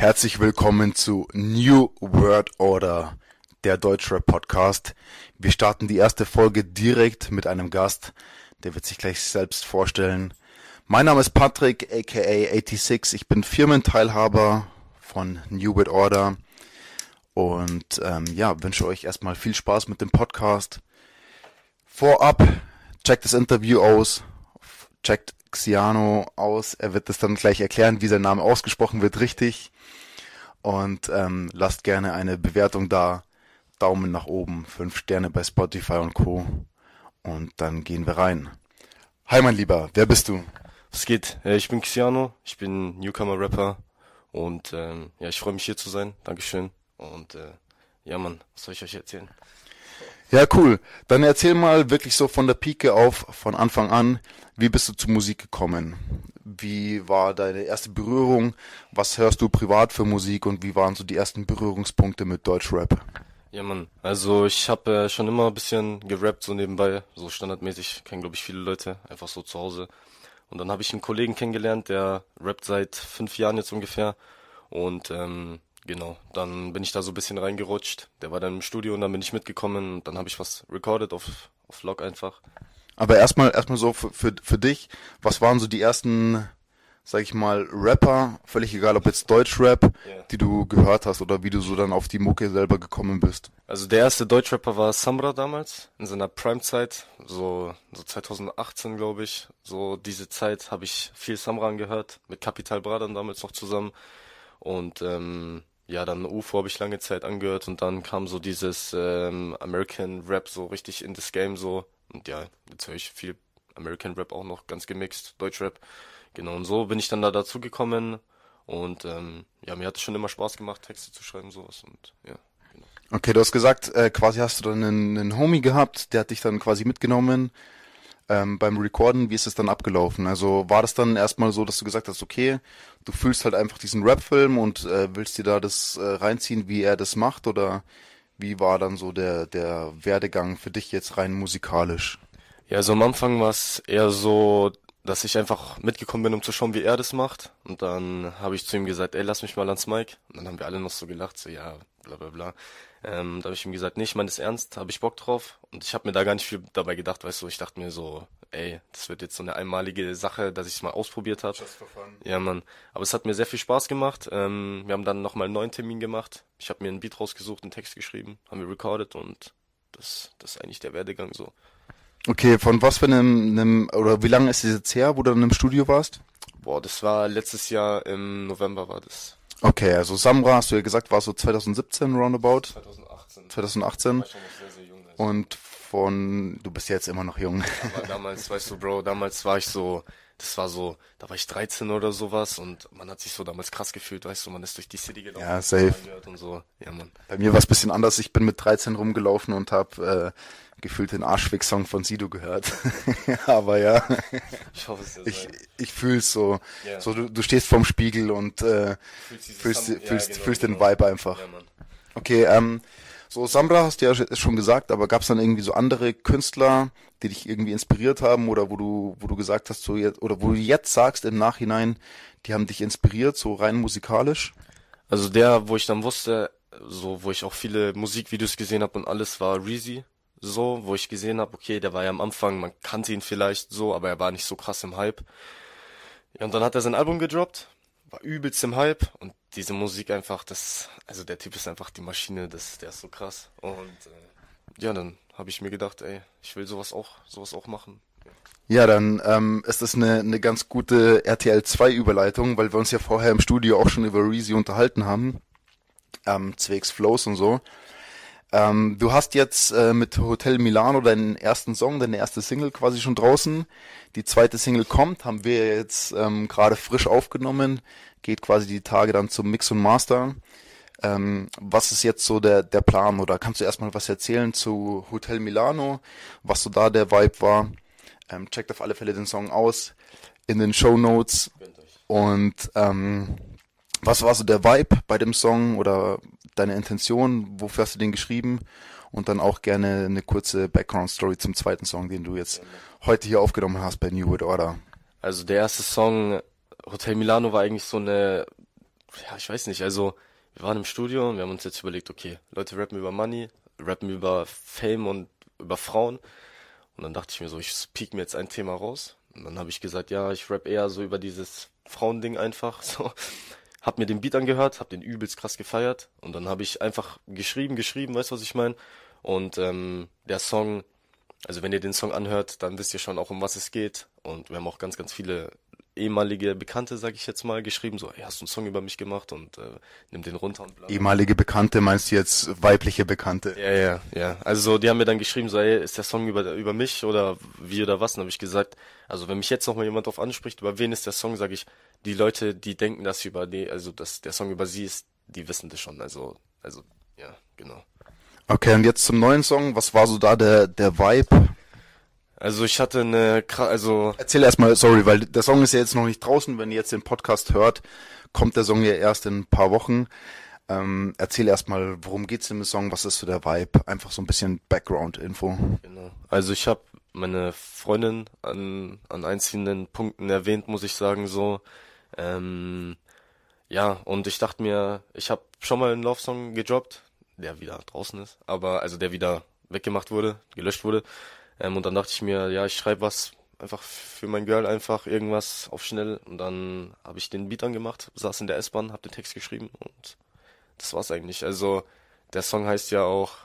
Herzlich willkommen zu New World Order, der Deutschrap-Podcast. Wir starten die erste Folge direkt mit einem Gast, der wird sich gleich selbst vorstellen. Mein Name ist Patrick, aka 86, ich bin Firmenteilhaber von New World Order und wünsche euch erstmal viel Spaß mit dem Podcast. Vorab, checkt das Interview aus, checkt Xiano aus, er wird das dann gleich erklären, wie sein Name ausgesprochen wird, richtig. Und lasst gerne eine Bewertung da, Daumen nach oben, 5 Sterne bei Spotify und Co. Und dann gehen wir rein. Hi mein Lieber, wer bist du? Was geht? Ich bin Xiano, ich bin Newcomer-Rapper und ich freue mich hier zu sein, Dankeschön. Und was soll ich euch erzählen? Ja, cool. Dann erzähl mal wirklich so von der Pike auf, von Anfang an, wie bist du zur Musik gekommen? Wie war deine erste Berührung? Was hörst du privat für Musik und wie waren so die ersten Berührungspunkte mit Deutschrap? Ja, Mann, also ich habe schon immer ein bisschen gerappt, so nebenbei, so standardmäßig, kennen glaube ich viele Leute, einfach so zu Hause. Und dann habe ich einen Kollegen kennengelernt, der rappt seit 5 Jahren jetzt ungefähr und genau, dann bin ich da so ein bisschen reingerutscht. Der war dann im Studio und dann bin ich mitgekommen und dann habe ich was recorded auf Log einfach. Aber erstmal so für dich, was waren so die ersten, sag ich mal, Rapper, völlig egal ob jetzt Deutschrap, die du gehört hast oder wie du so dann auf die Mucke selber gekommen bist? Also der erste Deutschrapper war Samra damals, in seiner Prime-Zeit, so 2018 glaube ich. So diese Zeit habe ich viel Samra angehört, mit Capital Bra dann damals noch zusammen. Und dann UFO habe ich lange Zeit angehört und dann kam so dieses American Rap so richtig in das Game so. Und ja, jetzt höre ich viel American Rap auch noch, ganz gemixt, Deutschrap. Genau, und so bin ich dann da dazu gekommen und mir hat es schon immer Spaß gemacht, Texte zu schreiben, sowas und ja. Genau. Okay, du hast gesagt, quasi hast du dann einen Homie gehabt, der hat dich dann quasi mitgenommen beim Recorden. Wie ist es dann abgelaufen? Also war das dann erstmal so, dass du gesagt hast, okay, du fühlst halt einfach diesen Rap-Film und willst dir da das reinziehen, wie er das macht, oder wie war dann so der Werdegang für dich jetzt rein musikalisch? Ja, also am Anfang war es eher so, dass ich einfach mitgekommen bin, um zu schauen, wie er das macht. Und dann habe ich zu ihm gesagt, ey, lass mich mal ans Mic. Und dann haben wir alle noch so gelacht, so ja, bla bla bla. Da habe ich ihm gesagt, nee, ich meine das ernst, habe ich Bock drauf. Und ich habe mir da gar nicht viel dabei gedacht, weißt du, ich dachte mir so, ey, das wird jetzt so eine einmalige Sache, dass ich es mal ausprobiert habe. Just for fun. Ja, Mann. Aber es hat mir sehr viel Spaß gemacht. Wir haben dann nochmal einen neuen Termin gemacht. Ich habe mir einen Beat rausgesucht, einen Text geschrieben, haben wir recorded und das ist eigentlich der Werdegang so. Okay, von was für einem oder wie lange ist es jetzt her, wo du dann im Studio warst? Boah, das war letztes Jahr im November war das. Okay, also Samra, hast du ja gesagt, war so 2017 roundabout? 2018. 2018. War ich schon noch sehr, sehr jung. Also. Und du bist ja jetzt immer noch jung. Aber damals, weißt du, Bro, damals war ich so, da war ich 13 oder sowas und man hat sich so damals krass gefühlt, weißt du, man ist durch die City gelaufen. Ja, safe. Und so. Ja, Mann. Bei mir war es ein bisschen anders. Ich bin mit 13 rumgelaufen und habe gefühlt den Arschfick-Song von Sido gehört. Aber ja, Ich hoffe, es ist ich fühl's so. Ja. So du stehst vorm Spiegel und fühlst den Vibe einfach. Ja, Mann. Okay, so Samra hast du ja schon gesagt, aber gab's dann irgendwie so andere Künstler, die dich irgendwie inspiriert haben oder wo du gesagt hast, so jetzt, oder wo du jetzt sagst im Nachhinein, die haben dich inspiriert, so rein musikalisch? Also der, wo ich dann wusste, so, wo ich auch viele Musikvideos gesehen habe und alles, war Reezy. So, wo ich gesehen habe, okay, der war ja am Anfang, man kannte ihn vielleicht so, aber er war nicht so krass im Hype. Ja, und dann hat er sein Album gedroppt, war übelst im Hype und diese Musik einfach, also der Typ ist einfach die Maschine, der ist so krass. Und dann habe ich mir gedacht, ey, ich will sowas auch machen. Ja, dann ist das eine ganz gute RTL 2 Überleitung, weil wir uns ja vorher im Studio auch schon über Reezy unterhalten haben, zwecks Flows und so. Du hast jetzt mit Hotel Milano deinen ersten Song, deine erste Single quasi schon draußen. Die zweite Single kommt, haben wir jetzt gerade frisch aufgenommen, geht quasi die Tage dann zum Mix und Master. Was ist jetzt so der Plan, oder kannst du erstmal was erzählen zu Hotel Milano, was so da der Vibe war? Checkt auf alle Fälle den Song aus in den Shownotes. Und was war so der Vibe bei dem Song oder deine Intention? Wofür hast du den geschrieben? Und dann auch gerne eine kurze Background-Story zum zweiten Song, den du jetzt heute hier aufgenommen hast bei New World Order. Also der erste Song, Hotel Milano, war eigentlich so eine ja, ich weiß nicht, also wir waren im Studio und wir haben uns jetzt überlegt, okay, Leute rappen über Money, rappen über Fame und über Frauen. Und dann dachte ich mir so, ich pick mir jetzt ein Thema raus. Und dann habe ich gesagt, ja, ich rap eher so über dieses Frauending einfach, so. Hab mir den Beat angehört, hab den übelst krass gefeiert. Und dann habe ich einfach geschrieben, weißt du, was ich meine? Und der Song, also wenn ihr den Song anhört, dann wisst ihr schon auch, um was es geht. Und wir haben auch ganz, ganz viele ehemalige Bekannte, sag ich jetzt mal, geschrieben, so, ey, hast du einen Song über mich gemacht und nimm den runter und bla. Ehemalige Bekannte, meinst du jetzt weibliche Bekannte? Ja, ja, ja. Also so, die haben mir dann geschrieben, so, ey, ist der Song über mich oder wie oder was? Und dann habe ich gesagt, also wenn mich jetzt noch mal jemand drauf anspricht, über wen ist der Song, sage ich, die Leute, die denken, dass über die, also dass der Song über sie ist, die wissen das schon. Also, ja, genau. Okay, und jetzt zum neuen Song. Was war so da der Vibe? Also ich hatte also Erzähl erstmal, sorry, weil der Song ist ja jetzt noch nicht draußen. Wenn ihr jetzt den Podcast hört, kommt der Song ja erst in ein paar Wochen. Erzähl erstmal, worum geht's in dem Song? Was ist so der Vibe? Einfach so ein bisschen Background-Info. genau. Also ich habe meine Freundin an einzelnen Punkten erwähnt, muss ich sagen, so. Ähm, ja, und ich dachte mir, ich habe schon mal einen Love-Song gedroppt, der wieder draußen ist, aber also der wieder weggemacht wurde, gelöscht wurde. Und dann dachte ich mir, ja, ich schreibe was einfach für mein Girl, einfach irgendwas auf schnell. Und dann habe ich den Beat angemacht, saß in der S-Bahn, habe den Text geschrieben und das war's eigentlich. Also der Song heißt ja auch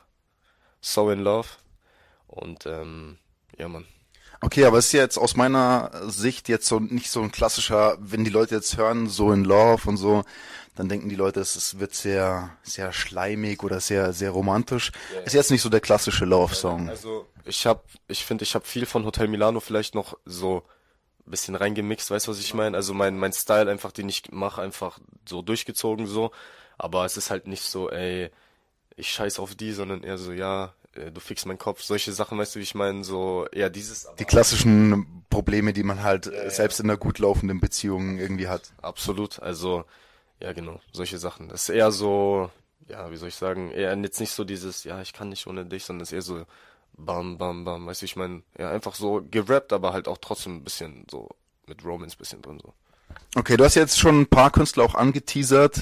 So in Love und ja, Mann. Okay, aber es ist ja jetzt aus meiner Sicht jetzt so nicht so ein klassischer, wenn die Leute jetzt hören, so in Love und so, dann denken die Leute, es wird sehr, sehr schleimig oder sehr, sehr romantisch. Ja, Ist jetzt nicht so der klassische Love-Song. also ich finde, ich habe viel von Hotel Milano vielleicht noch so ein bisschen reingemixt, weißt du, was ich meine? Also mein Style einfach, den ich mache, einfach so durchgezogen so. Aber es ist halt nicht so, ey, ich scheiß auf die, sondern eher so, ja, du fickst meinen Kopf. Solche Sachen, weißt du, wie ich meine? So eher dieses, Die aber klassischen Probleme, die man halt ja, ja, selbst in einer gut laufenden Beziehung irgendwie hat. absolut. Also, ja, genau, solche Sachen. Das ist eher so, ja, wie soll ich sagen, eher jetzt nicht so dieses, ja, ich kann nicht ohne dich, sondern es ist eher so bam, bam, bam, weißt du, ich meine, ja, einfach so gerappt, aber halt auch trotzdem ein bisschen so mit Romance bisschen drin so. Okay, du hast jetzt schon ein paar Künstler auch angeteasert.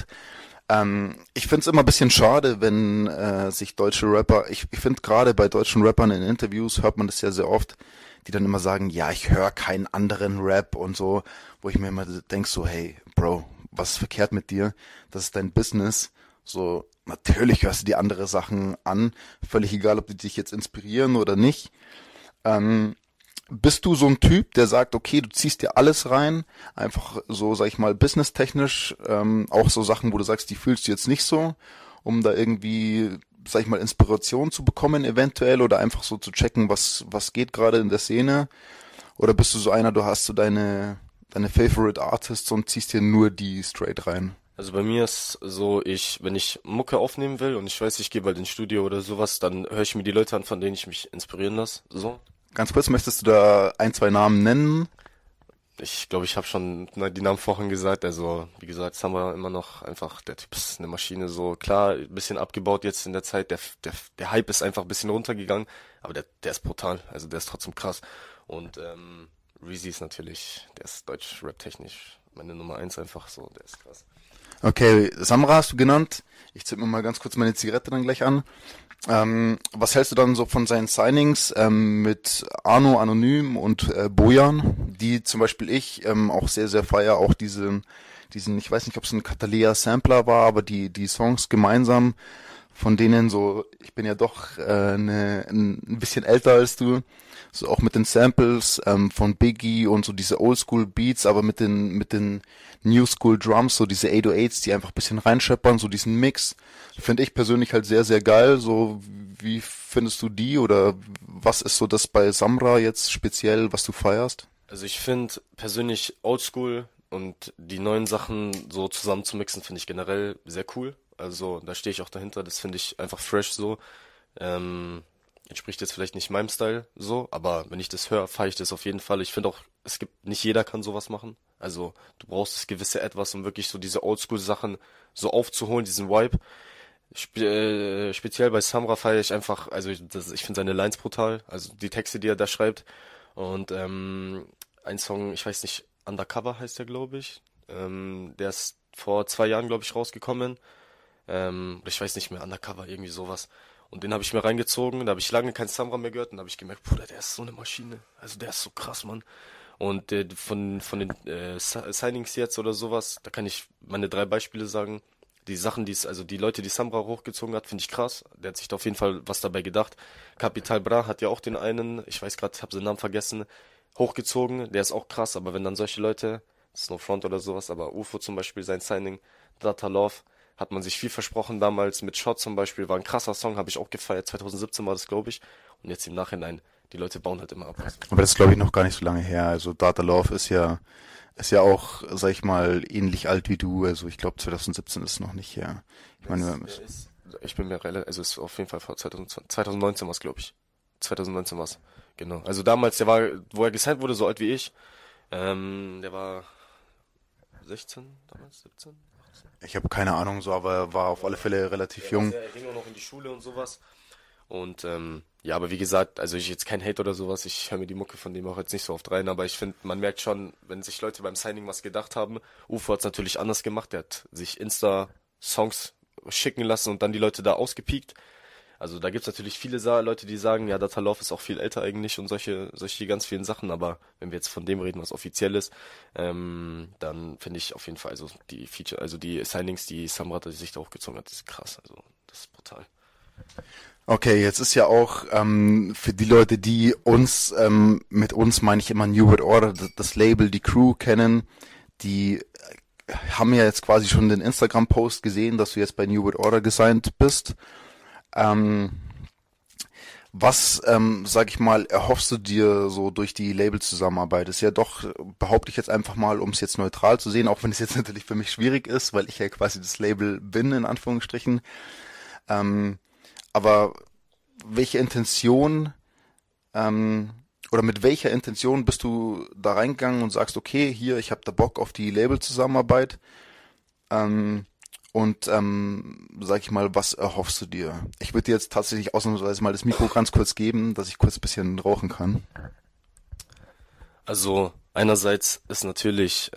Ich find's immer ein bisschen schade, wenn sich deutsche Rapper, ich finde gerade bei deutschen Rappern in Interviews hört man das ja sehr oft, die dann immer sagen, ja, ich höre keinen anderen Rap und so, wo ich mir immer denk so, hey, Bro, was ist verkehrt mit dir? Das ist dein Business. So, natürlich hörst du die andere Sachen an, völlig egal, ob die dich jetzt inspirieren oder nicht. Ähm, Bist du so ein Typ, der sagt, okay, du ziehst dir alles rein, einfach so, sag ich mal, businesstechnisch, auch so Sachen, wo du sagst, die fühlst du jetzt nicht so, um da irgendwie, sag ich mal, Inspiration zu bekommen eventuell oder einfach so zu checken, was geht gerade in der Szene? Oder bist du so einer, du hast so deine Favorite Artists und ziehst dir nur die straight rein? Also bei mir ist so, wenn ich Mucke aufnehmen will und ich weiß, ich gehe bald ins Studio oder sowas, dann höre ich mir die Leute an, von denen ich mich inspirieren lasse, so. Ganz kurz, möchtest du da ein, zwei Namen nennen? Ich glaube, ich habe schon die Namen vorhin gesagt. Also, wie gesagt, Samba immer noch einfach, der Typ ist eine Maschine. So, klar, ein bisschen abgebaut jetzt in der Zeit. Der Hype ist einfach ein bisschen runtergegangen, aber der ist brutal. Also, der ist trotzdem krass. Und Reezy ist natürlich, der ist deutsch-rap-technisch meine Nummer eins einfach so, der ist krass. Okay, Samra hast du genannt. Ich zünd mir mal ganz kurz meine Zigarette dann gleich an. Was hältst du dann so von seinen Signings mit Arno Anonym und Bojan, die zum Beispiel ich auch sehr, sehr feier, auch diesen, ich weiß nicht, ob es ein Catalea Sampler war, aber die Songs gemeinsam von denen so, ich bin ja doch ein bisschen älter als du, so auch mit den Samples von Biggie und so diese Oldschool Beats, aber mit den New School Drums, so diese 808s, die einfach ein bisschen reinscheppern, so diesen Mix, finde ich persönlich halt sehr, sehr geil. So, wie findest du die oder was ist so das bei Samra jetzt speziell, was du feierst? Also ich finde persönlich Oldschool und die neuen Sachen so zusammen zu mixen, finde ich generell sehr cool. Also da stehe ich auch dahinter, das finde ich einfach fresh so. Entspricht jetzt vielleicht nicht meinem Style so, aber wenn ich das höre, feiere ich das auf jeden Fall. Ich finde auch, nicht jeder kann sowas machen. Also du brauchst das gewisse Etwas, um wirklich so diese Oldschool-Sachen so aufzuholen, diesen Vibe. Speziell bei Samra feiere ich einfach, also ich finde seine Lines brutal, also die Texte, die er da schreibt. Und ein Song, ich weiß nicht, Undercover heißt der, glaube ich. Der ist vor 2 Jahren, glaube ich, rausgekommen. Ich weiß nicht mehr, Undercover, irgendwie sowas. Und den habe ich mir reingezogen, da habe ich lange kein Samra mehr gehört und da habe ich gemerkt, Bruder, der ist so eine Maschine. Also der ist so krass, Mann. Und von den Signings jetzt oder sowas, da kann ich meine 3 Beispiele sagen. Die Sachen, also die Leute, die Samra hochgezogen hat, finde ich krass. Der hat sich da auf jeden Fall was dabei gedacht. Capital Bra hat ja auch den einen, ich weiß gerade, ich habe seinen Namen vergessen, hochgezogen. Der ist auch krass, aber wenn dann solche Leute, Snowfront oder sowas, aber UFO zum Beispiel, sein Signing, Data Love, hat man sich viel versprochen damals. Mit Shot zum Beispiel, war ein krasser Song, habe ich auch gefeiert. 2017 war das, glaube ich. Und jetzt im Nachhinein, die Leute bauen halt immer ab. Aber das ist, glaube ich, noch gar nicht so lange her. Also Data Love ist ja auch, sag ich mal, ähnlich alt wie du. Also ich glaube 2017 ist noch nicht her. Ich meine, Ich bin mir relativ, also es ist auf jeden Fall vor 2019 war's, glaube ich. 2019 war's. Genau. Also damals, der war, wo er gesigned wurde, so alt wie ich, der war 16 damals, 17? ich habe keine Ahnung so, aber er war auf alle Fälle relativ jung. Er ging auch noch in die Schule und sowas. Und ja, aber wie gesagt, also ich jetzt kein Hate oder sowas, ich höre mir die Mucke von dem auch jetzt nicht so oft rein, aber ich finde, man merkt schon, wenn sich Leute beim Signing was gedacht haben, UFO hat's natürlich anders gemacht, der hat sich Insta-Songs schicken lassen und dann die Leute da ausgepiekt. Also da gibt's natürlich viele Leute, die sagen, ja, Data Love ist auch viel älter eigentlich und solche ganz vielen Sachen, aber wenn wir jetzt von dem reden, was offiziell ist, dann finde ich auf jeden Fall, also die Signings, die Samra sich da hochgezogen hat, das ist krass, also das ist brutal. Okay, jetzt ist ja auch für die Leute, die uns, mit uns meine ich immer New World Order, das Label, die Crew kennen, die haben ja jetzt quasi schon den Instagram-Post gesehen, dass du jetzt bei New World Order gesigned bist. Was, sag ich mal, erhoffst du dir so durch die Label-Zusammenarbeit? Ist ja doch, behaupte ich jetzt einfach mal, um es jetzt neutral zu sehen, auch wenn es jetzt natürlich für mich schwierig ist, weil ich ja quasi das Label bin, in Anführungsstrichen. Aber welche Intention, oder mit welcher Intention bist du da reingegangen und sagst, okay, hier, ich habe da Bock auf die Label-Zusammenarbeit, sag ich mal, was erhoffst du dir? Ich würde dir jetzt tatsächlich ausnahmsweise mal das Mikro ganz kurz geben, dass ich kurz ein bisschen rauchen kann. Also einerseits ist natürlich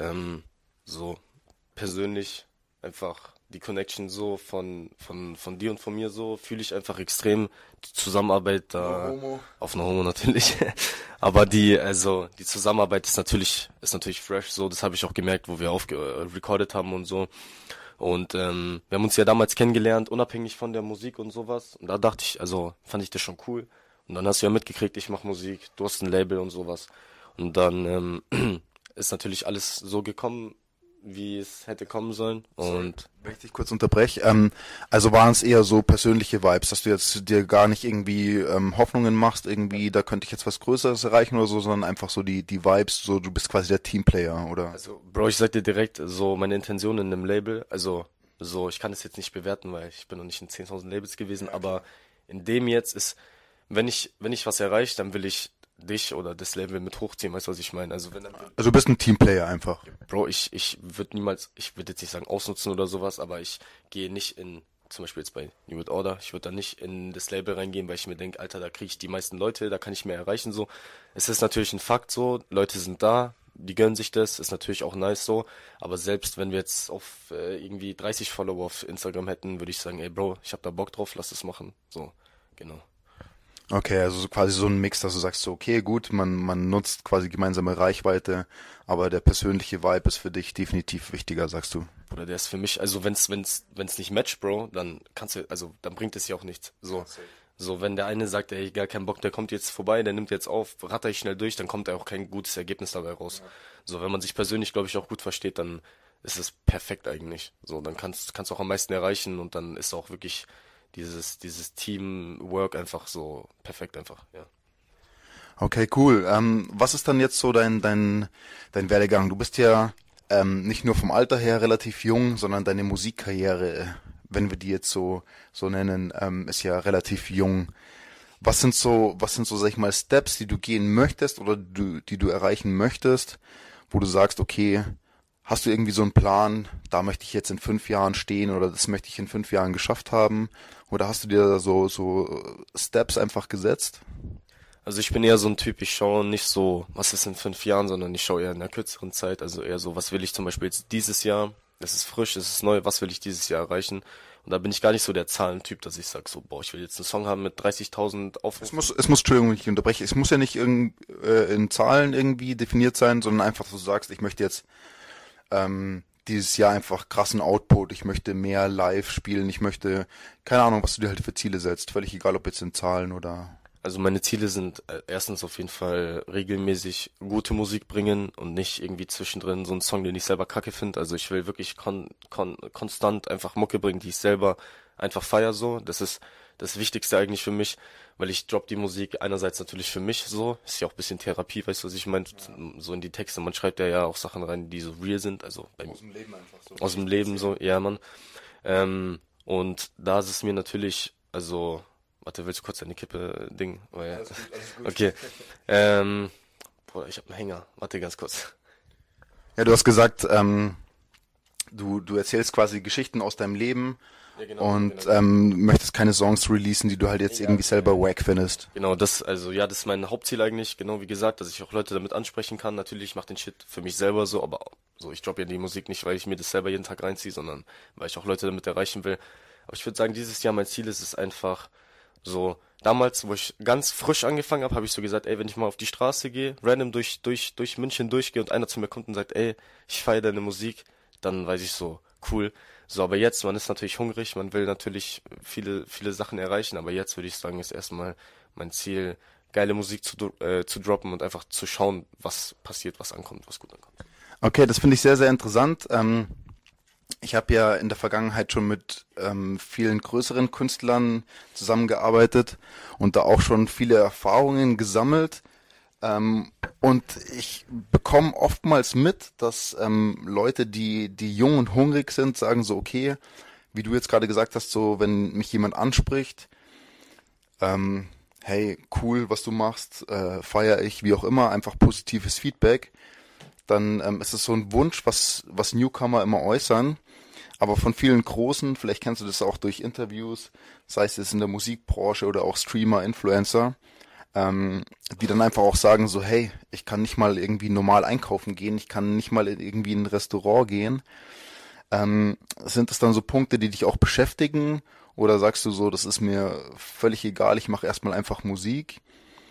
so persönlich einfach die Connection so von dir und von mir so, fühle ich einfach extrem die Zusammenarbeit da auf einer Homo natürlich. Aber die Zusammenarbeit ist natürlich fresh so, das habe ich auch gemerkt, wo wir recorded haben und so. Und wir haben uns ja damals kennengelernt, unabhängig von der Musik und sowas. Und da dachte ich, also fand ich das schon cool. Und dann hast du ja mitgekriegt, ich mache Musik, du hast ein Label und sowas. Und dann ist natürlich alles so gekommen, wie es hätte kommen sollen. Und wenn ich dich kurz unterbreche, also waren es eher so persönliche Vibes, dass du jetzt dir gar nicht irgendwie Hoffnungen machst, irgendwie, da könnte ich jetzt was Größeres erreichen oder so, sondern einfach so die Vibes, so du bist quasi der Teamplayer, oder? also, Bro, ich sag dir direkt, so meine Intention in dem Label, also so, ich kann es jetzt nicht bewerten, weil ich bin noch nicht in 10.000 Labels gewesen, aber in dem jetzt ist, wenn ich was erreiche, dann will ich dich oder das Label mit hochziehen, weißt du, was ich meine? Also wenn dann, Also du bist ein Teamplayer einfach. Bro, ich würde ich würde jetzt nicht sagen ausnutzen oder sowas, aber ich gehe nicht in, zum Beispiel jetzt bei New World Order, ich würde da nicht in das Label reingehen, weil ich mir denke, Alter, da kriege ich die meisten Leute, da kann ich mehr erreichen, so. Es ist natürlich ein Fakt so, Leute sind da, die gönnen sich das, ist natürlich auch nice so, aber selbst wenn wir jetzt auf irgendwie 30 Follower auf Instagram hätten, würde ich sagen, ey Bro, ich hab da Bock drauf, lass es machen, so, genau. Okay, also so quasi so ein Mix, dass du sagst so, okay, gut, man nutzt quasi gemeinsame Reichweite, aber der persönliche Vibe ist für dich definitiv wichtiger, sagst du. Oder der ist für mich, also wenn's nicht matcht, Bro, dann dann bringt es ja auch nichts. So, wenn der eine sagt, ey, gar keinen Bock, der kommt jetzt vorbei, der nimmt jetzt auf, ratter ich schnell durch, dann kommt da auch kein gutes Ergebnis dabei raus. So, wenn man sich persönlich, glaube ich, auch gut versteht, dann ist es perfekt eigentlich. So, dann kannst auch am meisten erreichen und dann ist auch wirklich dieses Teamwork einfach so perfekt einfach, ja. Okay, cool. Was ist dann jetzt so dein Werdegang? Du bist ja nicht nur vom Alter her relativ jung, sondern deine Musikkarriere, wenn wir die jetzt so nennen, ist ja relativ jung. Was sind so, sag ich mal, Steps, die du gehen möchtest oder die du erreichen möchtest, wo du sagst, okay, hast du irgendwie so einen Plan, da möchte ich jetzt in 5 Jahren stehen oder das möchte ich in 5 Jahren geschafft haben? Oder hast du dir so Steps einfach gesetzt? Also ich bin eher so ein Typ, ich schaue nicht so, was ist in 5 Jahren, sondern ich schaue eher in einer kürzeren Zeit, also eher so, was will ich zum Beispiel jetzt dieses Jahr es ist frisch, es ist neu, was will ich dieses Jahr erreichen? Und da bin ich gar nicht so der Zahlentyp, dass ich sag so, boah, ich will jetzt einen Song haben mit 30.000 Aufrufen. Entschuldigung, ich unterbreche, es muss ja nicht in Zahlen irgendwie definiert sein, sondern einfach, dass du sagst, ich möchte jetzt dieses Jahr einfach krassen Output, ich möchte mehr live spielen, ich möchte, keine Ahnung, was du dir halt für Ziele setzt, völlig egal, ob jetzt in Zahlen oder... Also meine Ziele sind erstens auf jeden Fall regelmäßig gute Musik bringen und nicht irgendwie zwischendrin so einen Song, den ich selber kacke finde. Also ich will wirklich konstant einfach Mucke bringen, die ich selber einfach feier so. Das ist das Wichtigste eigentlich für mich, weil ich drop die Musik einerseits natürlich für mich so, ist ja auch ein bisschen Therapie, weißt du, was ich meine, so in die Texte, man schreibt ja auch Sachen rein, die so real sind, also Aus dem Leben einfach so. aus dem Leben so, ja Mann. Und da ist es mir natürlich, also, warte, willst du kurz deine Kippe Ding? Oh, ja. Alles gut, alles gut. Okay. Boah, ich hab einen Hänger. Warte ganz kurz. Ja, du hast gesagt, du erzählst quasi Geschichten aus deinem Leben Ja, genau, und genau. Möchtest keine Songs releasen, die du halt jetzt irgendwie selber wack findest. Genau, das, also ja, das ist mein Hauptziel eigentlich, genau wie gesagt, dass ich auch Leute damit ansprechen kann. Natürlich, ich mache den Shit für mich selber so, aber so, ich droppe ja die Musik nicht, weil ich mir das selber jeden Tag reinziehe, sondern weil ich auch Leute damit erreichen will. Aber ich würde sagen, dieses Jahr mein Ziel ist es einfach so, damals, wo ich ganz frisch angefangen habe, habe ich so gesagt, ey, wenn ich mal auf die Straße gehe, random durch München durchgehe und einer zu mir kommt und sagt, ey, ich feiere deine Musik, dann weiß ich so, cool. So, aber jetzt, man ist natürlich hungrig, man will natürlich viele Sachen erreichen, aber jetzt würde ich sagen, ist erstmal mein Ziel, geile Musik zu droppen und einfach zu schauen, was passiert, was ankommt, was gut ankommt. Okay, das finde ich sehr, sehr interessant. Ich habe ja in der Vergangenheit schon mit vielen größeren Künstlern zusammengearbeitet und da auch schon viele Erfahrungen gesammelt. Und ich bekomme oftmals mit, dass Leute, die jung und hungrig sind, sagen so, okay, wie du jetzt gerade gesagt hast, so wenn mich jemand anspricht, hey, cool, was du machst, feiere ich, wie auch immer, einfach positives Feedback, dann ist es so ein Wunsch, was Newcomer immer äußern. Aber von vielen Großen, vielleicht kennst du das auch durch Interviews, sei es jetzt in der Musikbranche oder auch Streamer, Influencer, die dann einfach auch sagen so, hey, ich kann nicht mal irgendwie normal einkaufen gehen, ich kann nicht mal irgendwie in ein Restaurant gehen. Sind das dann so Punkte, die dich auch beschäftigen? Oder sagst du so, das ist mir völlig egal, ich mache erstmal einfach Musik?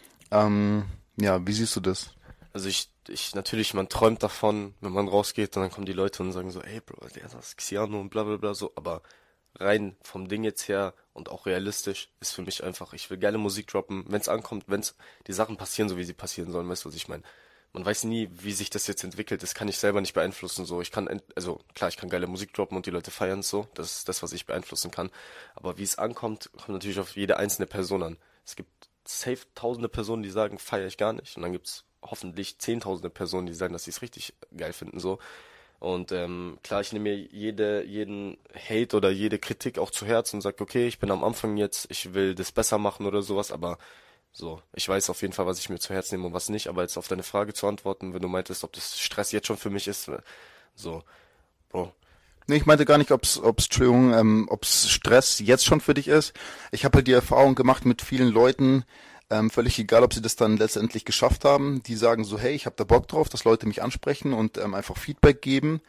Ja, wie siehst du das? Also natürlich, man träumt davon, wenn man rausgeht und dann kommen die Leute und sagen so, ey Bro, der ist Xiano und bla bla bla so, aber rein vom Ding jetzt her und auch realistisch ist für mich einfach, ich will geile Musik droppen, wenn es ankommt, wenn es die Sachen passieren, so wie sie passieren sollen, weißt du, was ich meine? Man weiß nie, wie sich das jetzt entwickelt, das kann ich selber nicht beeinflussen, so, also klar, ich kann geile Musik droppen und die Leute feiern so, das ist das, was ich beeinflussen kann, aber wie es ankommt, kommt natürlich auf jede einzelne Person an. Es gibt safe tausende Personen, die sagen, feiere ich gar nicht und dann gibt's hoffentlich zehntausende Personen, die sagen, dass sie es richtig geil finden, so. Und klar, ich nehme mir jeden Hate oder jede Kritik auch zu Herzen und sage, okay, ich bin am Anfang jetzt, ich will das besser machen oder sowas, aber so, ich weiß auf jeden Fall, was ich mir zu Herzen nehme und was nicht, aber jetzt auf deine Frage zu antworten, wenn du meintest, ob das Stress jetzt schon für mich ist, so, Bro. Nee, ich meinte gar nicht, Entschuldigung, ob's Stress jetzt schon für dich ist. Ich habe halt die Erfahrung gemacht mit vielen Leuten, völlig egal, ob sie das dann letztendlich geschafft haben, die sagen so, hey, ich habe da Bock drauf, dass Leute mich ansprechen und einfach Feedback geben.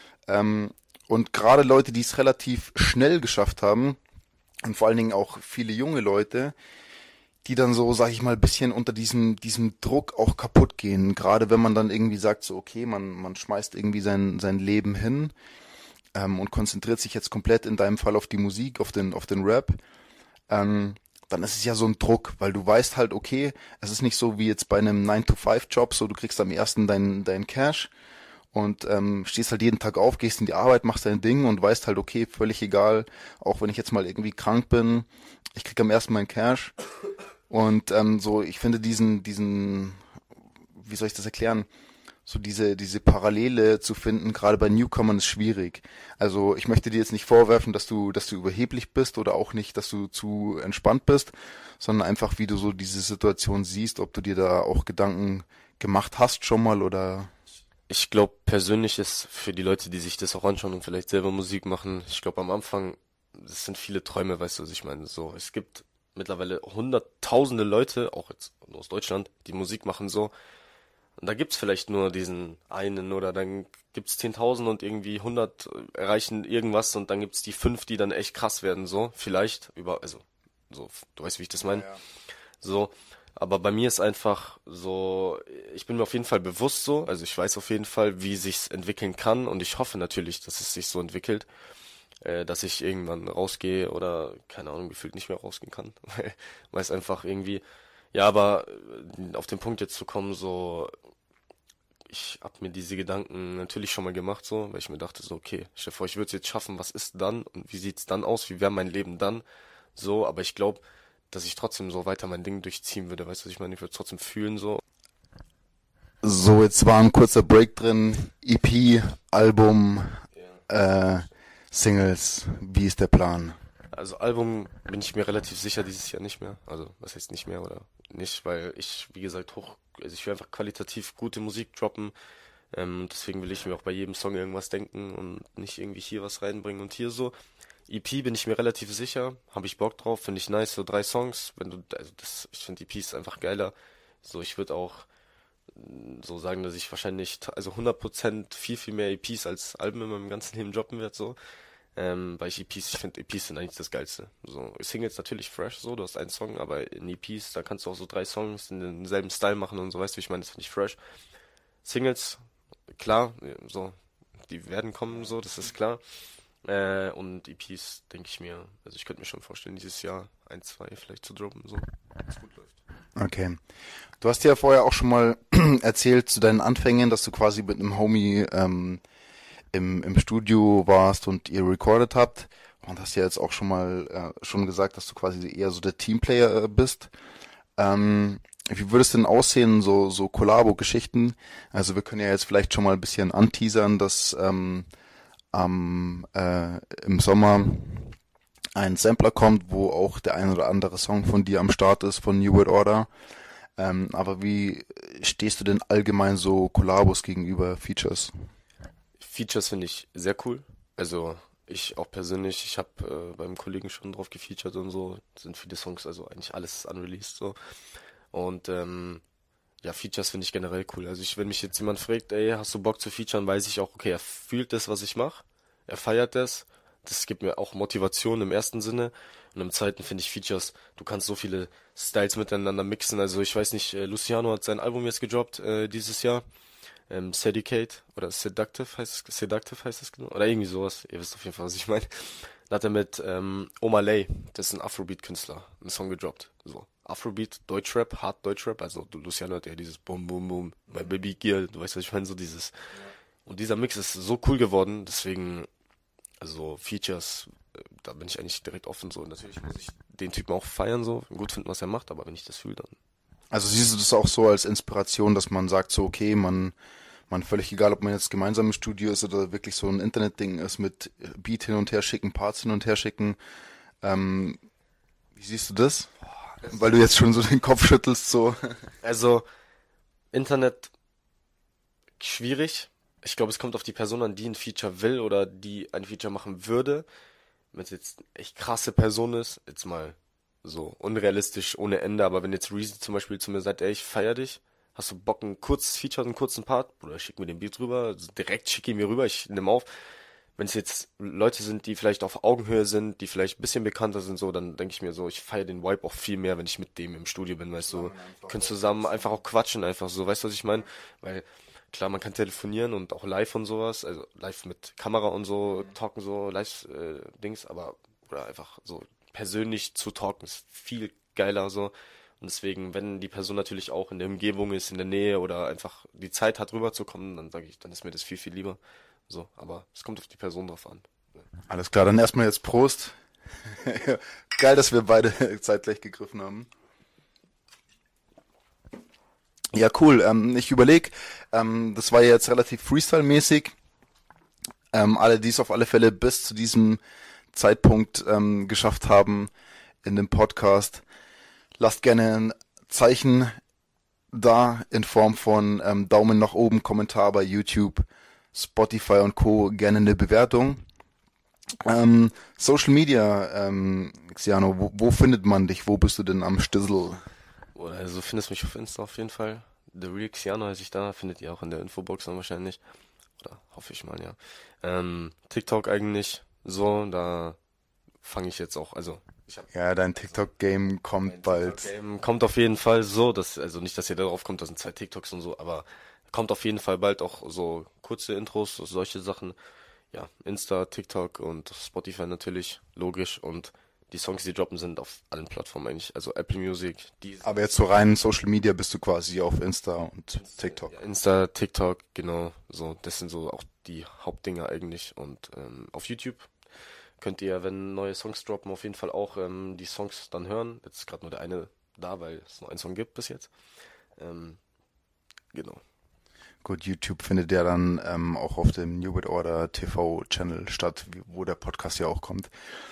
Und gerade Leute, die es relativ schnell geschafft haben, und vor allen Dingen auch viele junge Leute, die dann so, sag ich mal, bisschen unter diesem Druck auch kaputt gehen. Gerade wenn man dann irgendwie sagt, so, okay, man schmeißt irgendwie sein Leben hin, und konzentriert sich jetzt komplett in deinem Fall auf die Musik, auf den Rap, dann ist es ja so ein Druck, weil du weißt halt, okay, es ist nicht so wie jetzt bei einem 9-to-5-Job, so du kriegst am ersten dein Cash und stehst halt jeden Tag auf, gehst in die Arbeit, machst dein Ding und weißt halt, okay, völlig egal, auch wenn ich jetzt mal irgendwie krank bin, ich krieg am ersten mein Cash und so, ich finde wie soll ich das erklären? So diese Parallele zu finden, gerade bei Newcomern ist schwierig. Also ich möchte dir jetzt nicht vorwerfen, dass du überheblich bist oder auch nicht, dass du zu entspannt bist, sondern einfach, wie du so diese Situation siehst, ob du dir da auch Gedanken gemacht hast schon mal oder... Ich glaube, persönlich ist für die Leute, die sich das auch anschauen und vielleicht selber Musik machen, ich glaube am Anfang, das sind viele Träume, weißt du, was ich meine, so, es gibt mittlerweile hunderttausende Leute, auch jetzt nur aus Deutschland, die Musik machen so. Und da gibt's vielleicht nur diesen einen oder dann gibt's 10.000 und irgendwie 100 erreichen irgendwas und dann gibt's die 5, die dann echt krass werden, so, vielleicht, also, so, du weißt, wie ich das meine. Ja. So, aber bei mir ist einfach so, ich bin mir auf jeden Fall bewusst so, also ich weiß auf jeden Fall, wie sich's entwickeln kann und ich hoffe natürlich, dass es sich so entwickelt, dass ich irgendwann rausgehe oder, keine Ahnung, gefühlt nicht mehr rausgehen kann, weil es einfach irgendwie, ja, aber auf den Punkt jetzt zu kommen, so, ich hab mir diese Gedanken natürlich schon mal gemacht, so, weil ich mir dachte, so, okay, stell dir vor, ich würde es jetzt schaffen, was ist dann und wie sieht's dann aus, wie wäre mein Leben dann, so, aber ich glaube, dass ich trotzdem so weiter mein Ding durchziehen würde, weißt du, was ich meine, ich würde trotzdem fühlen, so. So, jetzt war ein kurzer Break drin. EP, Album, äh, Singles. Wie ist der Plan? Also Album bin ich mir relativ sicher dieses Jahr nicht mehr, also, was heißt nicht mehr oder nicht, weil ich, wie gesagt, also ich will einfach qualitativ gute Musik droppen, deswegen will ich mir auch bei jedem Song irgendwas denken und nicht irgendwie hier was reinbringen und hier so. EP bin ich mir relativ sicher, habe ich Bock drauf, finde ich nice, so 3 Songs, wenn du, also das, ich finde EPs einfach geiler. So, ich würde auch so sagen, dass ich wahrscheinlich, also 100% viel mehr EPs als Alben in meinem ganzen Leben droppen werde, so. Weil ich finde EPs sind eigentlich das Geilste. So, Singles natürlich fresh, so, du hast einen Song, aber in EPs, da kannst du auch so 3 Songs in denselben Style machen und so, weißt du, wie ich meine, das finde ich fresh. Singles, klar, so, die werden kommen, so, das ist klar. Und EPs, denke ich mir, also ich könnte mir schon vorstellen, dieses Jahr 1, 2 vielleicht zu droppen, so, wenn es gut läuft. Okay. Du hast ja vorher auch schon mal erzählt zu deinen Anfängen, dass du quasi mit einem Homie im Studio warst und ihr recorded habt. Und hast ja jetzt auch schon mal schon gesagt, dass du quasi eher so der Teamplayer bist. Wie würde es denn aussehen, so Kollabo-Geschichten? Also wir können ja jetzt vielleicht schon mal ein bisschen anteasern, dass im Sommer ein Sampler kommt, wo auch der ein oder andere Song von dir am Start ist, von New World Order. Aber wie stehst du denn allgemein so Kollabos gegenüber Features? Features finde ich sehr cool. Also ich auch persönlich, ich habe beim Kollegen schon drauf gefeatured und so, sind viele Songs, also eigentlich alles unreleased so. Und ja, Features finde ich generell cool. Also ich, wenn mich jetzt jemand fragt, ey, hast du Bock zu featuren, weiß ich auch, okay, er fühlt das, was ich mache, er feiert das. Das gibt mir auch Motivation im ersten Sinne. Und im zweiten finde ich Features, du kannst so viele Styles miteinander mixen. Also ich weiß nicht, Luciano hat sein Album jetzt gedroppt dieses Jahr. Sedicate oder Seductive heißt es genau. Oder irgendwie sowas. Ihr wisst auf jeden Fall, was ich meine. Da hat er mit Omalay, das ist ein Afrobeat-Künstler, einen Song gedroppt. So. Afrobeat, Deutschrap, Hard Deutschrap, also Luciano hat ja dieses Bum Bum Bum, My Baby Girl, du weißt, was ich meine, so dieses. Und dieser Mix ist so cool geworden, deswegen, also Features, da bin ich eigentlich direkt offen so. Und natürlich muss ich den Typen auch feiern, so, gut finden, was er macht, aber wenn ich das fühle, dann. Also siehst du das auch so als Inspiration, dass man sagt so, okay, man völlig egal, ob man jetzt gemeinsam im Studio ist oder wirklich so ein Internetding ist mit Beat hin und her schicken, Parts hin und her schicken. Wie siehst du das? Weil du jetzt schon so den Kopf schüttelst, so. Also, Internet schwierig. Ich glaube, es kommt auf die Person an, die ein Feature will oder die ein Feature machen würde. Wenn es jetzt eine echt krasse Person ist, jetzt mal so unrealistisch ohne Ende, aber wenn jetzt Reezy zum Beispiel zu mir sagt, ey, ich feier dich, hast du Bock, ein kurzes Feature, einen kurzen Part? Oder schick mir den Beat rüber, also direkt schick ihn mir rüber, ich nehme auf. Wenn es jetzt Leute sind, die vielleicht auf Augenhöhe sind, die vielleicht ein bisschen bekannter sind, so, dann denke ich mir so, ich feiere den Vibe auch viel mehr, wenn ich mit dem im Studio bin, weißt du, können zusammen einfach auch quatschen, einfach so, weißt du, was ich meine? Weil, klar, man kann telefonieren und auch live und sowas, also live mit Kamera und so, talken so, live, Dings, aber, oder einfach so persönlich zu talken ist viel geiler so. Und deswegen, wenn die Person natürlich auch in der Umgebung ist, in der Nähe oder einfach die Zeit hat, rüberzukommen, dann sage ich, dann ist mir das viel lieber. So, aber es kommt auf die Person drauf an. Alles klar, dann erstmal jetzt Prost. Geil, dass wir beide zeitgleich gegriffen haben. Ja, cool. Ich überlege, das war ja jetzt relativ Freestyle-mäßig. Alle, die es auf alle Fälle bis zu diesem Zeitpunkt geschafft haben in dem Podcast, lasst gerne ein Zeichen da in Form von Daumen nach oben, Kommentar bei YouTube, Spotify und Co. Gerne eine Bewertung. Social Media, Xiano, wo findet man dich? Wo bist du denn am Stissel? Also findest mich auf Insta auf jeden Fall. The Real Xiano heiße ich da, findet ihr auch in der Infobox dann wahrscheinlich. Oder hoffe ich mal, ja. TikTok eigentlich so, da fange ich jetzt auch, also Ja, dein TikTok-Game kommt bald. Kommt auf jeden Fall so, also nicht, dass ihr darauf kommt, das sind 2 TikToks und so, aber kommt auf jeden Fall bald auch so kurze Intros, so solche Sachen. Ja, Insta, TikTok und Spotify natürlich, logisch. Und die Songs, die droppen, sind auf allen Plattformen eigentlich. Also Apple Music, Aber jetzt so rein Social Media bist du quasi auf Insta und TikTok. ja, Insta, TikTok, genau. So, das sind so auch die Hauptdinger eigentlich. Und auf YouTube könnt ihr, wenn neue Songs droppen, auf jeden Fall auch die Songs dann hören. Jetzt ist gerade nur der eine da, weil es nur einen Song gibt bis jetzt. Genau. Gut, YouTube findet ja dann auch auf dem New World Order TV-Channel statt, wo der Podcast ja auch kommt.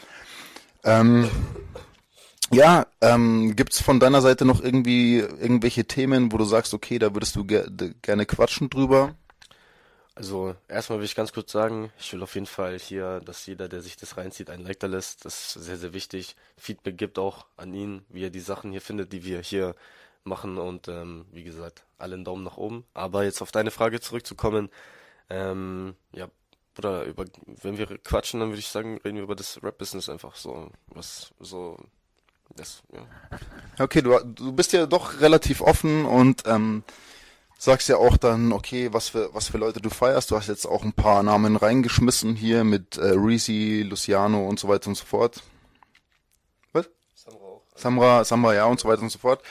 Ja, gibt's von deiner Seite noch irgendwie irgendwelche Themen, wo du sagst, okay, da würdest du gerne quatschen drüber? Also erstmal will ich ganz kurz sagen, ich will auf jeden Fall hier, dass jeder, der sich das reinzieht, einen Like da lässt. Das ist sehr, sehr wichtig. Feedback gibt auch an ihn, wie er die Sachen hier findet, die wir hier machen. Und wie gesagt, alle einen Daumen nach oben. Aber jetzt auf deine Frage zurückzukommen, ja, oder wenn wir quatschen, dann würde ich sagen, reden wir über das Rap-Business einfach so, was so, das, ja. Okay, du bist ja doch relativ offen und sagst ja auch dann, okay, was für Leute du feierst. Du hast jetzt auch ein paar Namen reingeschmissen hier mit Reezy, Luciano und so weiter und so fort. Was? Samra auch. Samra, ja, und so weiter und so fort.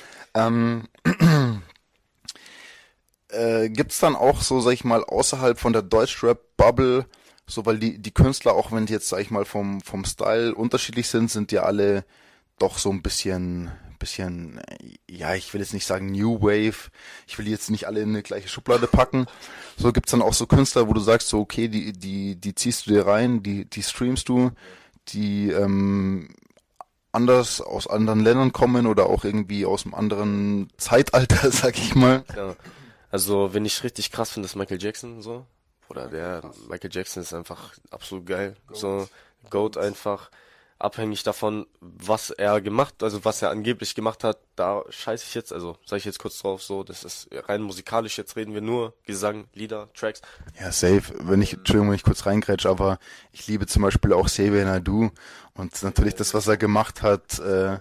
Gibt's dann auch so, sag ich mal, außerhalb von der Deutschrap-Bubble, so, weil die Künstler, auch wenn die jetzt, sag ich mal, vom Style unterschiedlich sind ja alle doch so ein bisschen, ja, ich will jetzt nicht sagen New Wave, ich will die jetzt nicht alle in eine gleiche Schublade packen. So gibt's dann auch so Künstler, wo du sagst, so, okay, die ziehst du dir rein, die streamst du, die anders aus anderen Ländern kommen oder auch irgendwie aus einem anderen Zeitalter, sag ich mal. Ja. Also, wen ich richtig krass finde, ist Michael Jackson, so. Oder der Michael Jackson ist einfach absolut geil. So, Goat einfach. Abhängig davon, was er gemacht, also was er angeblich gemacht hat, da scheiße ich jetzt, also sage ich jetzt kurz drauf, so, das ist rein musikalisch, jetzt reden wir nur Gesang, Lieder, Tracks. Ja, safe. Entschuldigung, wenn ich kurz reingrätsch, aber ich liebe zum Beispiel auch Xavier Naidoo und natürlich das, was er gemacht hat, ne,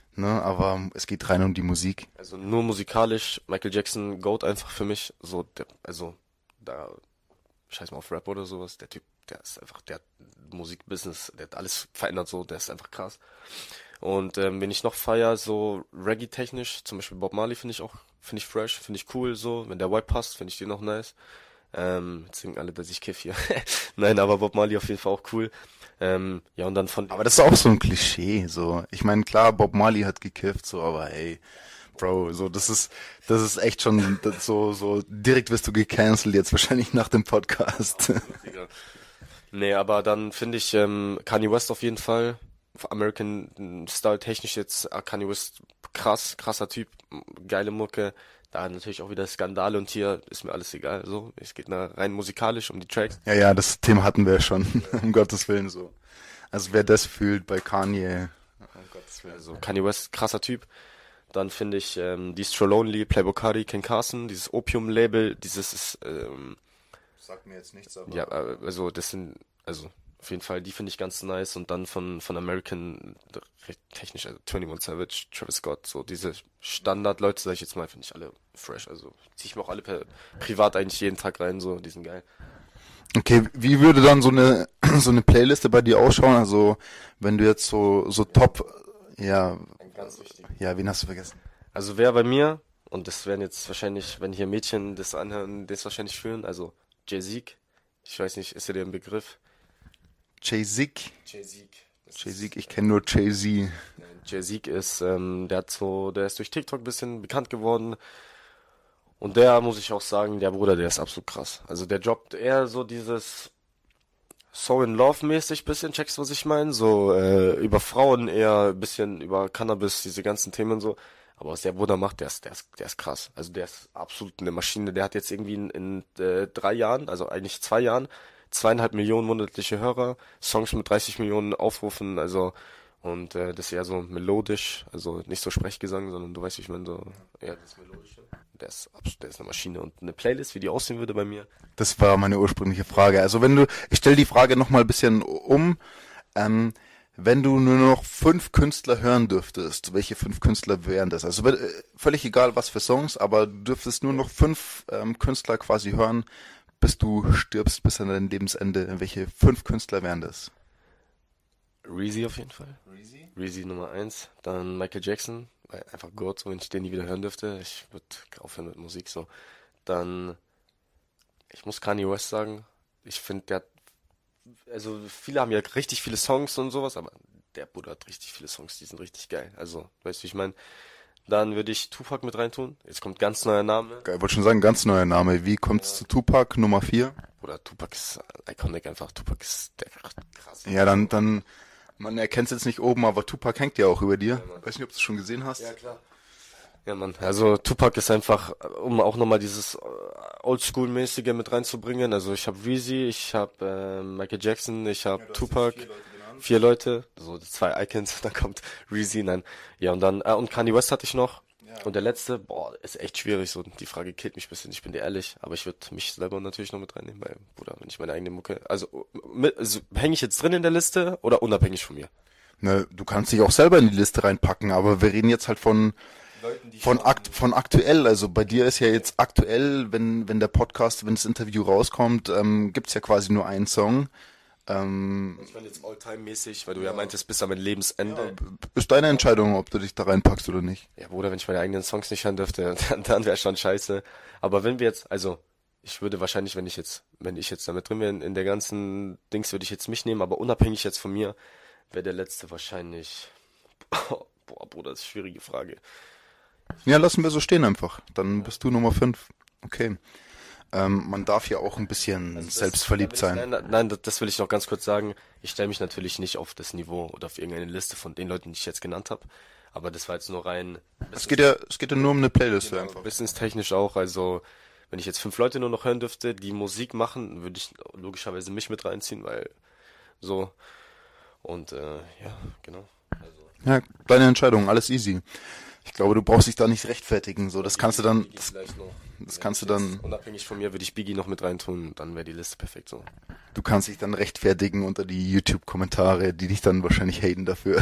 aber es geht rein um die Musik. Also nur musikalisch, Michael Jackson, Goat einfach für mich, so, also da scheiß mal auf Rap oder sowas, der Typ, der ist einfach, der hat Musikbusiness, der hat alles verändert so, der ist einfach krass. Und wenn ich noch feier, so Reggae-technisch, zum Beispiel Bob Marley finde ich fresh, finde ich cool so, wenn der Vibe passt, finde ich den auch nice. Jetzt denken alle, dass ich kiff hier. Nein, aber Bob Marley auf jeden Fall auch cool. Ja, und dann von... Aber das ist auch so ein Klischee, so. Ich meine, klar, Bob Marley hat gekifft, so, aber hey, Bro, so, das ist echt schon so, direkt wirst du gecancelt jetzt wahrscheinlich nach dem Podcast. Nee, aber dann finde ich Kanye West auf jeden Fall. American Style technisch jetzt Kanye West krasser Typ, geile Mucke. Da natürlich auch wieder Skandale und hier ist mir alles egal. So, es geht rein musikalisch um die Tracks. Ja, das Thema hatten wir ja schon, um Gottes Willen so. Also wer das fühlt bei Kanye, um Gottes Willen. Also Kanye West, krasser Typ. Dann finde ich die Strolonely, Playboi Carti, Ken Carson, dieses Opium-Label, dieses ist sagt mir jetzt nichts, aber... ja, also das sind, also auf jeden Fall, die finde ich ganz nice. Und dann von American recht technisch, also 21 Savage, Travis Scott, so diese Standard-Leute, sag ich jetzt mal, finde ich alle fresh. Also ziehe ich mir auch alle privat eigentlich jeden Tag rein, so, die sind geil. Okay, wie würde dann so eine Playliste bei dir ausschauen? Also wenn du jetzt so top, ja, Ganz wichtig. ja, wen hast du vergessen? Also wer bei mir, und das werden jetzt wahrscheinlich, wenn hier Mädchen das anhören, das wahrscheinlich fühlen, also Jay-Z, ich weiß nicht, ist dir der ein Begriff? Jay-Z? Jay-Z. Jay-Z, ich kenne nur Jay-Z. Jay-Z ist, der ist durch TikTok ein bisschen bekannt geworden. Und der, muss ich auch sagen, der Bruder, der ist absolut krass. Also der droppt eher so dieses So in Love mäßig bisschen, checkst du, was ich meine? So, über Frauen eher ein bisschen, über Cannabis, diese ganzen Themen so. Aber was der Bruder macht, der ist krass. Also der ist absolut eine Maschine. Der hat jetzt irgendwie in 3 Jahren, also eigentlich 2 Jahren, 2,5 Millionen monatliche Hörer, Songs mit 30 Millionen Aufrufen, also und das ist eher so melodisch, also nicht so Sprechgesang, sondern du weißt, wie ich meine, so eher das Melodische. der ist eine Maschine. Und eine Playlist, wie die aussehen würde bei mir. Das war meine ursprüngliche Frage. Also ich stelle die Frage nochmal ein bisschen um. Wenn du nur noch 5 Künstler hören dürftest, welche 5 Künstler wären das? Also völlig egal, was für Songs, aber du dürftest nur noch 5 Künstler quasi hören, bis du stirbst, bis an dein Lebensende. Welche 5 Künstler wären das? Reezy auf jeden Fall. Reezy? Reezy Nummer 1. Dann Michael Jackson. Weil einfach Gott, so wenn ich den nie wieder hören dürfte. Ich würde aufhören mit Musik so. Dann, ich muss Kanye West sagen. Ich finde, also viele haben ja richtig viele Songs und sowas, aber der Bruder hat richtig viele Songs, die sind richtig geil. Also, weißt du, wie ich meine? Dann würde ich Tupac mit reintun. Jetzt kommt ganz neuer Name. Geil, wollte schon sagen, ganz neuer Name. Wie kommt's zu Tupac, Nummer 4? Oder Tupac ist iconic einfach. Tupac ist der krass. Ja, dann, man erkennt es jetzt nicht oben, aber Tupac hängt ja auch über dir. Mann. Weiß nicht, ob du es schon gesehen hast. Ja, klar. Ja, Mann. Also Tupac ist einfach, um auch nochmal dieses Oldschool-mäßige mit reinzubringen. Also ich habe Reezy, ich habe Michael Jackson, ich habe Tupac. 4 Leute, so 2 Icons, dann kommt Reezy, nein. Ja, und dann, und Kanye West hatte ich noch. Ja. Und der letzte, ist echt schwierig, so, die Frage killt mich ein bisschen, ich bin dir ehrlich, aber ich würde mich selber natürlich noch mit reinnehmen, weil, Bruder, wenn ich meine eigene Mucke, also hänge ich jetzt drin in der Liste oder unabhängig von mir? Ne, du kannst dich auch selber in die Liste reinpacken, aber wir reden jetzt halt von aktuell. Also bei dir ist ja jetzt aktuell, wenn das Interview rauskommt, gibt's ja quasi nur einen Song. Ich meine jetzt All-Time-mäßig, weil du ja meintest, bis an mein Lebensende. Ist deine Entscheidung, ob du dich da reinpackst oder nicht. Ja, Bruder, wenn ich meine eigenen Songs nicht hören dürfte, dann wäre schon scheiße. Aber wenn wir jetzt, also, ich würde wahrscheinlich, wenn ich jetzt damit drin wäre, in der ganzen Dings, würde ich jetzt mich nehmen, aber unabhängig jetzt von mir, wäre der letzte wahrscheinlich, boah, Bruder, das ist eine schwierige Frage. Ja, lassen wir so stehen einfach. Dann bist du Nummer 5. Okay. Man darf ja auch ein bisschen selbstverliebt sein. Nein, das will ich noch ganz kurz sagen. Ich stelle mich natürlich nicht auf das Niveau oder auf irgendeine Liste von den Leuten, die ich jetzt genannt habe. Aber das war jetzt nur rein. Es geht ja nur um eine Playlist einfach. Businesstechnisch auch. Also, wenn ich jetzt 5 Leute nur noch hören dürfte, die Musik machen, würde ich logischerweise mich mit reinziehen, weil so. Und ja, genau. Also. Ja, deine Entscheidung, alles easy. Ich glaube, du brauchst dich da nicht rechtfertigen. So, das kannst du dann. Das kannst du dann. Unabhängig von mir würde ich Biggie noch mit reintun, dann wäre die Liste perfekt so. Du kannst dich dann rechtfertigen unter die YouTube-Kommentare, die dich dann wahrscheinlich haten dafür.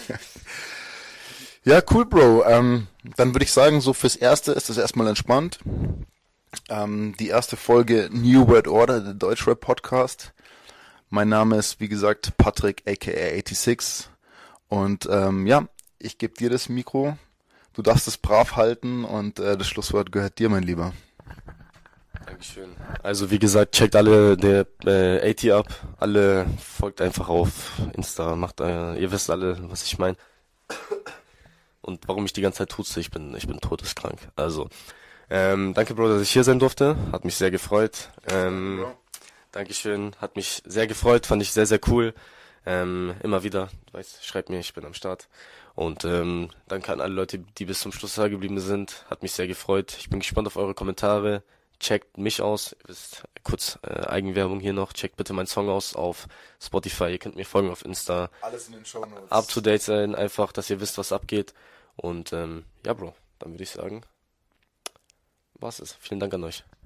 Ja, cool, Bro. Dann würde ich sagen, so fürs Erste ist das erstmal entspannt. Die erste Folge New World Order, der Deutschrap-Podcast. Mein Name ist, wie gesagt, Patrick, aka 86. Und ja, ich gebe dir das Mikro. Du darfst es brav halten und das Schlusswort gehört dir, mein Lieber. Dankeschön. Also wie gesagt, checkt alle der 80 ab. Alle folgt einfach auf Insta. Ihr wisst alle, was ich meine. Und warum ich die ganze Zeit tuze, ich bin todeskrank. Also, danke, Bro, dass ich hier sein durfte. Hat mich sehr gefreut. Dankeschön. Hat mich sehr gefreut. Fand ich sehr, sehr cool. Immer wieder, du weißt, schreibt mir, ich bin am Start. Und danke an alle Leute, die bis zum Schluss da geblieben sind. Hat mich sehr gefreut. Ich bin gespannt auf eure Kommentare. Checkt mich aus. Ihr wisst, kurz Eigenwerbung hier noch. Checkt bitte meinen Song aus auf Spotify. Ihr könnt mir folgen auf Insta. Alles in den Shownotes. Up to date sein, einfach, dass ihr wisst, was abgeht. Und ja, Bro, dann würde ich sagen, war's es. Vielen Dank an euch.